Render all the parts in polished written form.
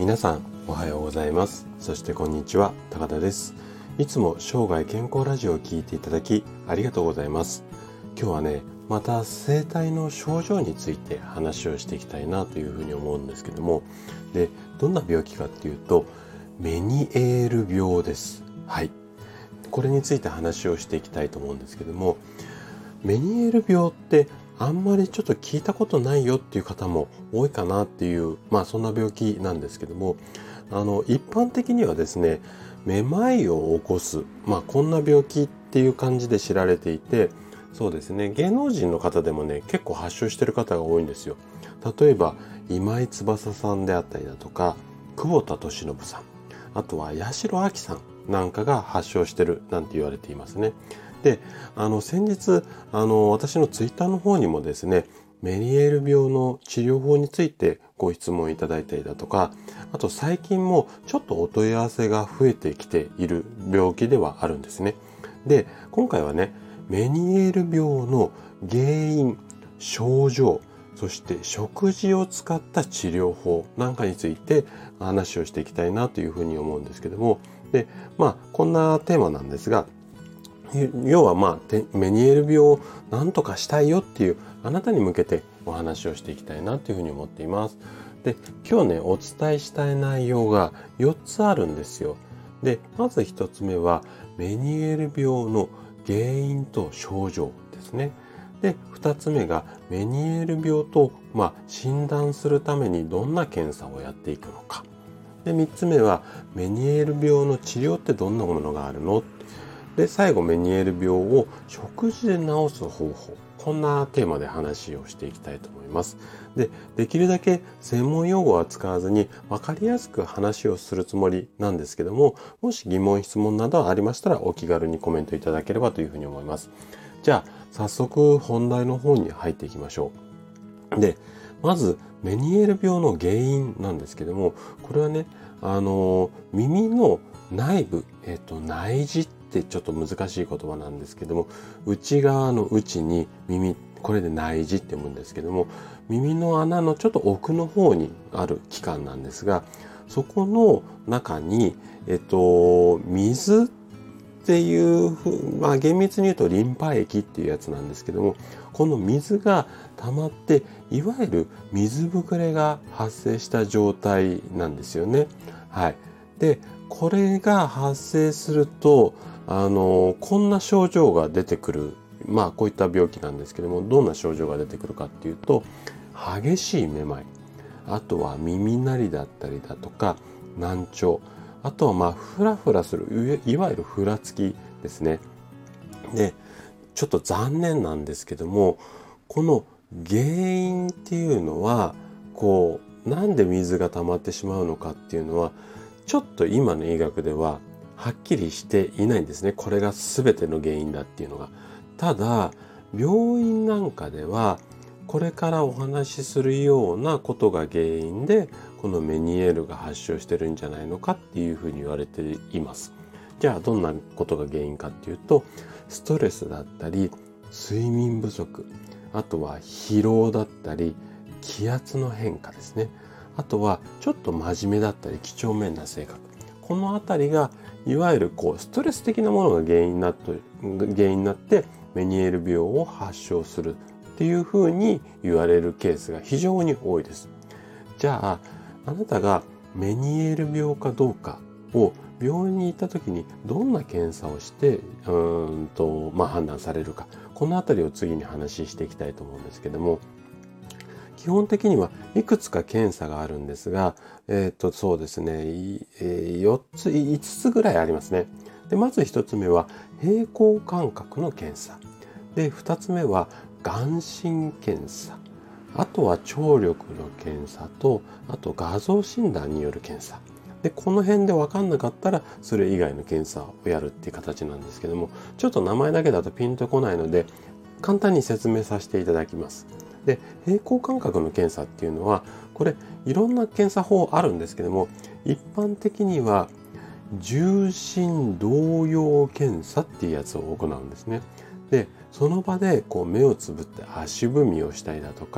皆さんおはようございます。そしてこんにちは、高田です。いつも生涯健康ラジオを聞いていただきありがとうございます。今日はね、また声帯の症状について話をしていきたいなというふうに思うんですけども、で、どんな病気かっていうとメニエール病です。はい。これについて話をしていきたいと思うんですけども、メニエール病ってあんまりちょっと聞いたことないよっていう方も多いかなっていう、そんな病気なんですけども、一般的にはですね、めまいを起こす、こんな病気っていう感じで知られていて、そうですね、芸能人の方でもね、結構発症してる方が多いんですよ。例えば、今井翼さんであったりだとか、久保田利伸さん、あとは八代亜紀さんなんかが発症してるなんて言われていますね。で、先日、私のツイッターの方にもですね、メニエール病の治療法についてご質問いただいたりだとか、あと最近もちょっとお問い合わせが増えてきている病気ではあるんですね。で、今回はね、メニエール病の原因、症状、そして食事を使った治療法なんかについて話をしていきたいなというふうに思うんですけども、で、こんなテーマなんですが、要はメニエール病を何とかしたいよっていうあなたに向けてお話をしていきたいなというふうに思っています。で、今日ね、お伝えしたい内容が4つあるんですよ。で、まず1つ目はメニエール病の原因と症状ですね。で、2つ目がメニエール病と、診断するためにどんな検査をやっていくのか。で、3つ目はメニエール病の治療ってどんなものがあるの？で、最後、メニエール病を食事で治す方法。こんなテーマで話をしていきたいと思います。で、できるだけ専門用語は使わずに分かりやすく話をするつもりなんですけども、もし疑問質問などありましたらお気軽にコメントいただければというふうに思います。じゃあ、早速本題の方に入っていきましょう。で、まず、メニエール病の原因なんですけども、これはね、耳の内部、内耳ってちょっと難しい言葉なんですけども、内側の内に耳、これで内耳って読むんですけども、耳の穴のちょっと奥の方にある器官なんですが、そこの中に、水っていう厳密に言うとリンパ液っていうやつなんですけども、この水が溜まって、いわゆる水ぶくれが発生した状態なんですよね。はい。で、これが発生すると、こんな症状が出てくる。こういった病気なんですけども、どんな症状が出てくるかっていうと、激しいめまい、あとは耳鳴りだったりだとか、難聴、あとはフラフラする、いわゆるふらつきですね。で、ちょっと残念なんですけども、この原因っていうのは、なんで水が溜まってしまうのかっていうのは、ちょっと今の医学でははっきりしていないんですね。これが全ての原因だっていうのが。ただ、病院なんかでは、これからお話しするようなことが原因で、このメニエールが発症してるんじゃないのかっていうふうに言われています。じゃあ、どんなことが原因かっていうと、ストレスだったり、睡眠不足、あとは疲労だったり、気圧の変化ですね。あとはちょっと真面目だったり几帳面な性格。このあたりがいわゆるストレス的なものが原因になってメニエール病を発症するっていうふうに言われるケースが非常に多いです。じゃあ、あなたがメニエール病かどうかを病院に行った時にどんな検査をして判断されるか、このあたりを次に話していきたいと思うんですけども、基本的にはいくつか検査があるんですが、そうですね、4つ、5つぐらいありますね。で、まず1つ目は平衡感覚の検査。で、2つ目は眼神検査。あとは聴力の検査と、あと画像診断による検査。で、この辺で分かんなかったら、それ以外の検査をやるっていう形なんですけども、ちょっと名前だけだとピンとこないので、簡単に説明させていただきます。で、平衡感覚の検査っていうのは、これいろんな検査法あるんですけども、一般的には重心動揺検査っていうやつを行うんですね。で、その場で目をつぶって足踏みをしたりだとか、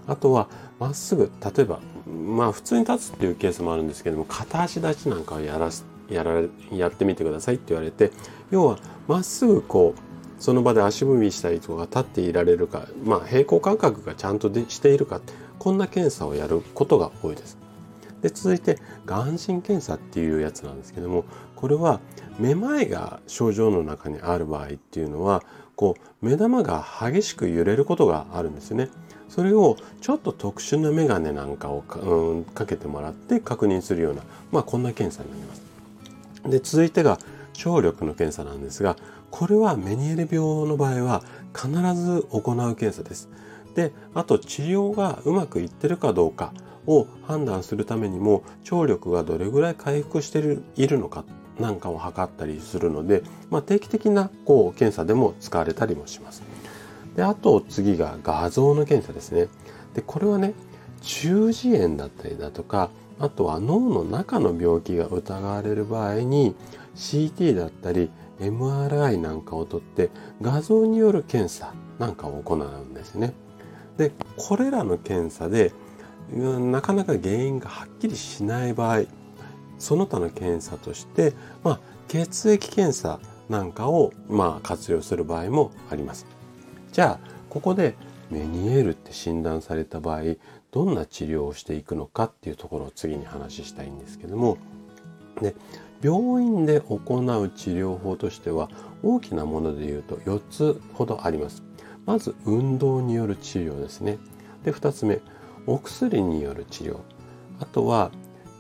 あとはまっすぐ、例えば普通に立つっていうケースもあるんですけども、片足立ちなんかをやってみてくださいって言われて、要はまっすぐその場で足踏みしたりとか立っていられるか、平行感覚がちゃんとしているか、こんな検査をやることが多いです。で、続いて眼神検査っていうやつなんですけども、これはめまいが症状の中にある場合っていうのは、目玉が激しく揺れることがあるんですよね。それをちょっと特殊なメガネなんかをかけてもらって確認するような、こんな検査になります。で、続いてが聴力の検査なんですが、これはメニエール病の場合は必ず行う検査です。で、あと治療がうまくいってるかどうかを判断するためにも、聴力がどれぐらい回復しているのかなんかを測ったりするので、定期的な検査でも使われたりもします。で、あと次が画像の検査ですね。で、これはね、中耳炎だったりだとか、あとは脳の中の病気が疑われる場合に CT だったり MRI なんかを取って画像による検査なんかを行うんですね。で、これらの検査でなかなか原因がはっきりしない場合、その他の検査として、血液検査なんかを活用する場合もあります。じゃあここでメニエールって診断された場合、どんな治療をしていくのかっていうところを次に話したいんですけども、で、病院で行う治療法としては大きなもので言うと4つほどあります。まず運動による治療ですね。で、2つ目、お薬による治療。あとは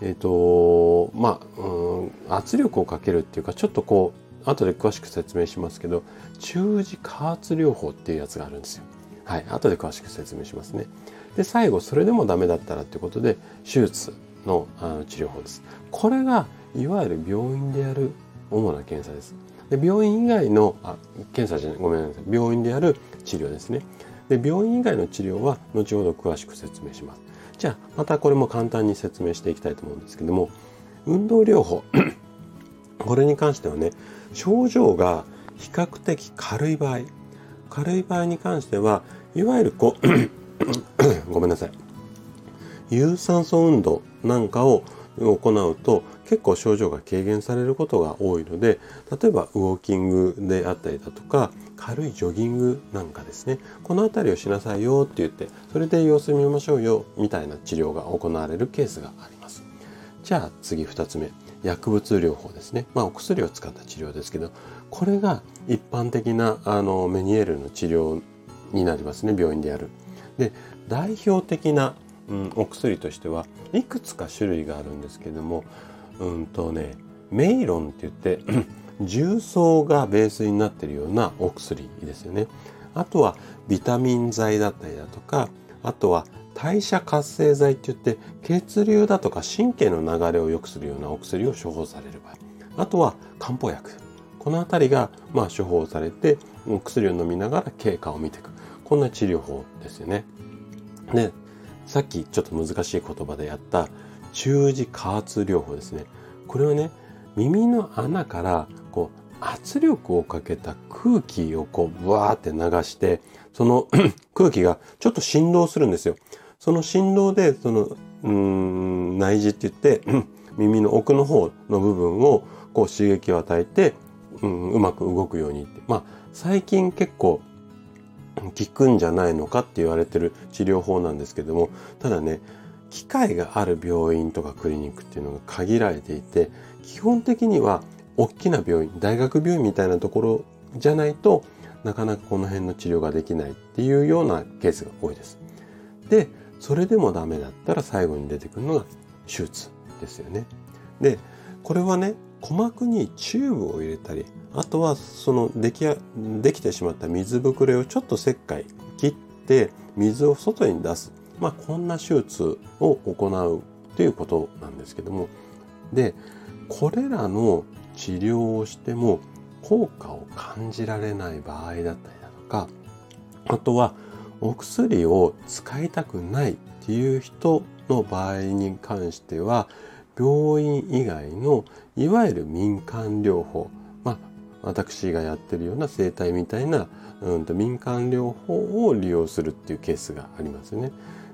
圧力をかけるっていうか、ちょっと後で詳しく説明しますけど、中耳加圧療法っていうやつがあるんですよ。はい、後で詳しく説明しますね。で、最後、それでもダメだったらってことで、手術の治療法です。これがいわゆる病院でやる主な検査です。で、病院以外の検査じゃない、ごめんなさい、病院でやる治療ですね。で、病院以外の治療は後ほど詳しく説明します。じゃあまたこれも簡単に説明していきたいと思うんですけども、運動療法これに関してはね、症状が比較的軽い場合に関しては、いわゆるごめんなさい、有酸素運動なんかを行うと結構症状が軽減されることが多いので、例えばウォーキングであったりだとか、軽いジョギングなんかですね、このあたりをしなさいよって言って、それで様子見ましょうよみたいな治療が行われるケースがあります。じゃあ次2つ目、薬物療法ですね。お薬を使った治療ですけど、これが一般的なメニエールの治療になりますね、病院でやる。で、代表的なお薬としてはいくつか種類があるんですけども、メイロンって言って重曹がベースになっているようなお薬ですよね。あとはビタミン剤だったりだとか、あとは代謝活性剤って言って血流だとか神経の流れを良くするようなお薬を処方される場合、あとは漢方薬、このあたりが処方されてお薬を飲みながら経過を見ていく、こんな治療法ですよね。で、さっきちょっと難しい言葉でやった中耳加圧療法ですね。これはね、耳の穴から圧力をかけた空気をブワーって流して、その空気がちょっと振動するんですよ。その振動で内耳って言って耳の奥の方の部分を刺激を与えて、うまく動くようにって、最近結構効くんじゃないのかって言われてる治療法なんですけども、ただね、機械がある病院とかクリニックっていうのが限られていて、基本的には大きな病院、大学病院みたいなところじゃないとなかなかこの辺の治療ができないっていうようなケースが多いです。で、それでもダメだったら最後に出てくるのが手術ですよね。で、これはね、鼓膜にチューブを入れたり、あとはそのできてしまった水ぶくれをちょっと切って水を外に出す、こんな手術を行うということなんですけども、で、これらの治療をしても効果を感じられない場合だったりだとか、あとはお薬を使いたくないっていう人の場合に関しては、病院以外のいわゆる民間療法、私がやってるような整体みたいな民間療法を利用するっていうケースがありますよね。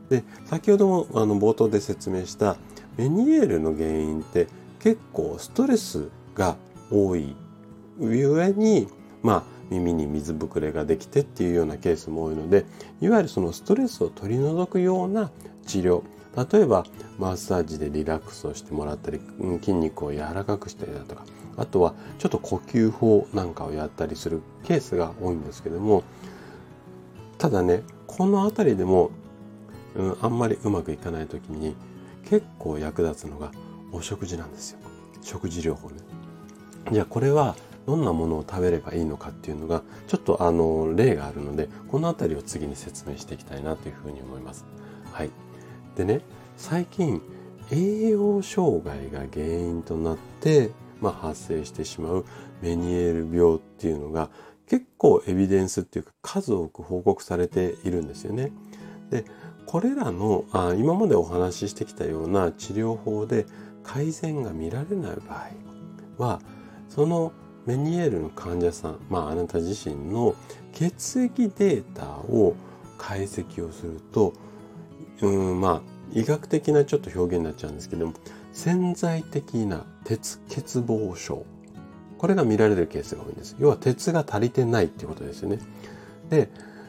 で、先ほども冒頭で説明したメニエールの原因って結構ストレスが多い上に、耳に水ぶくれができてっていうようなケースも多いので、いわゆるそのストレスを取り除くような治療、例えばマッサージでリラックスをしてもらったり、筋肉を柔らかくしたりだとか、あとはちょっと呼吸法なんかをやったりするケースが多いんですけども、ただね、このあたりでも、あんまりうまくいかない時に結構役立つのがお食事なんですよ。食事療法ね。じゃあこれはどんなものを食べればいいのかっていうのがちょっと例があるので、このあたりを次に説明していきたいなというふうに思います。はい。でね、最近栄養障害が原因となって発生してしまうメニエール病っていうのが結構エビデンスっていうか数多く報告されているんですよね。で、これらの今までお話ししてきたような治療法で改善が見られない場合は、そのメニエールの患者さん、あなた自身の血液データを解析をすると、医学的なちょっと表現になっちゃうんですけども、潜在的な鉄欠乏症、これが見られるケースが多いんです。要は鉄が足りてないっていうことですよね。で、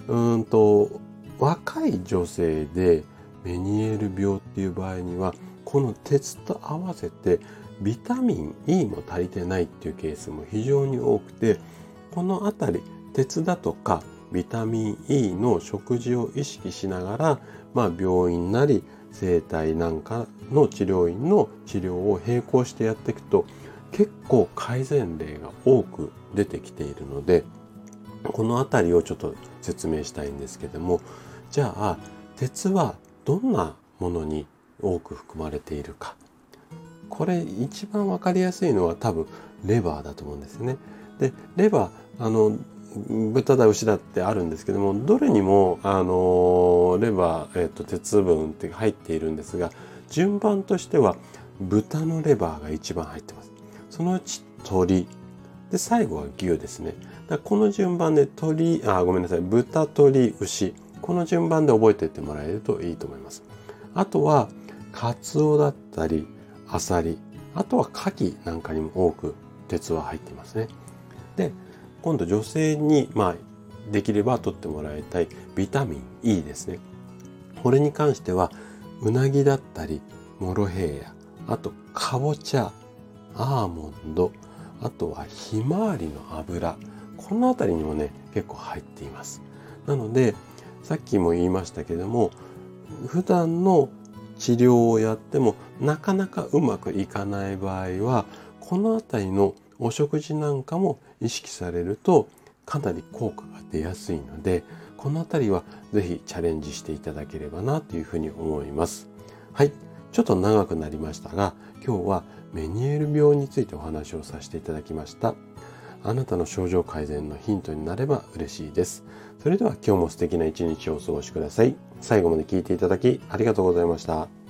若い女性でメニエール病っていう場合には、この鉄と合わせてビタミン E も足りてないっていうケースも非常に多くて、このあたり鉄だとかビタミン E の食事を意識しながら、病院なり整体なんかの治療院の治療を並行してやっていくと結構改善例が多く出てきているので、このあたりをちょっと説明したいんですけども、じゃあ鉄はどんなものに多く含まれているか。これ一番わかりやすいのは多分レバーだと思うんですね。で、レバー、豚だ牛だってあるんですけども、どれにもレバー、鉄分って入っているんですが、順番としては豚のレバーが一番入ってます。そのうち鶏で、最後は牛ですね。だからこの順番で豚、鶏、牛、この順番で覚えていってもらえるといいと思います。あとはカツオだったりアサリ、あとは牡蠣なんかにも多く鉄は入っていますね。で、今度女性にできれば取ってもらいたいビタミン E ですね。これに関してはうなぎだったりモロヘイヤ、あとかぼちゃ、アーモンド、あとはひまわりの油、このあたりにもね結構入っています。なのでさっきも言いましたけども、普段の治療をやってもなかなかうまくいかない場合は、このあたりのお食事なんかも意識されるとかなり効果が出やすいので、このあたりはぜひチャレンジしていただければなというふうに思います。はい、ちょっと長くなりましたが、今日はメニエール病についてお話をさせていただきました。あなたの症状改善のヒントになれば嬉しいです。それでは今日も素敵な一日をお過ごしください。最後まで聞いていただきありがとうございました。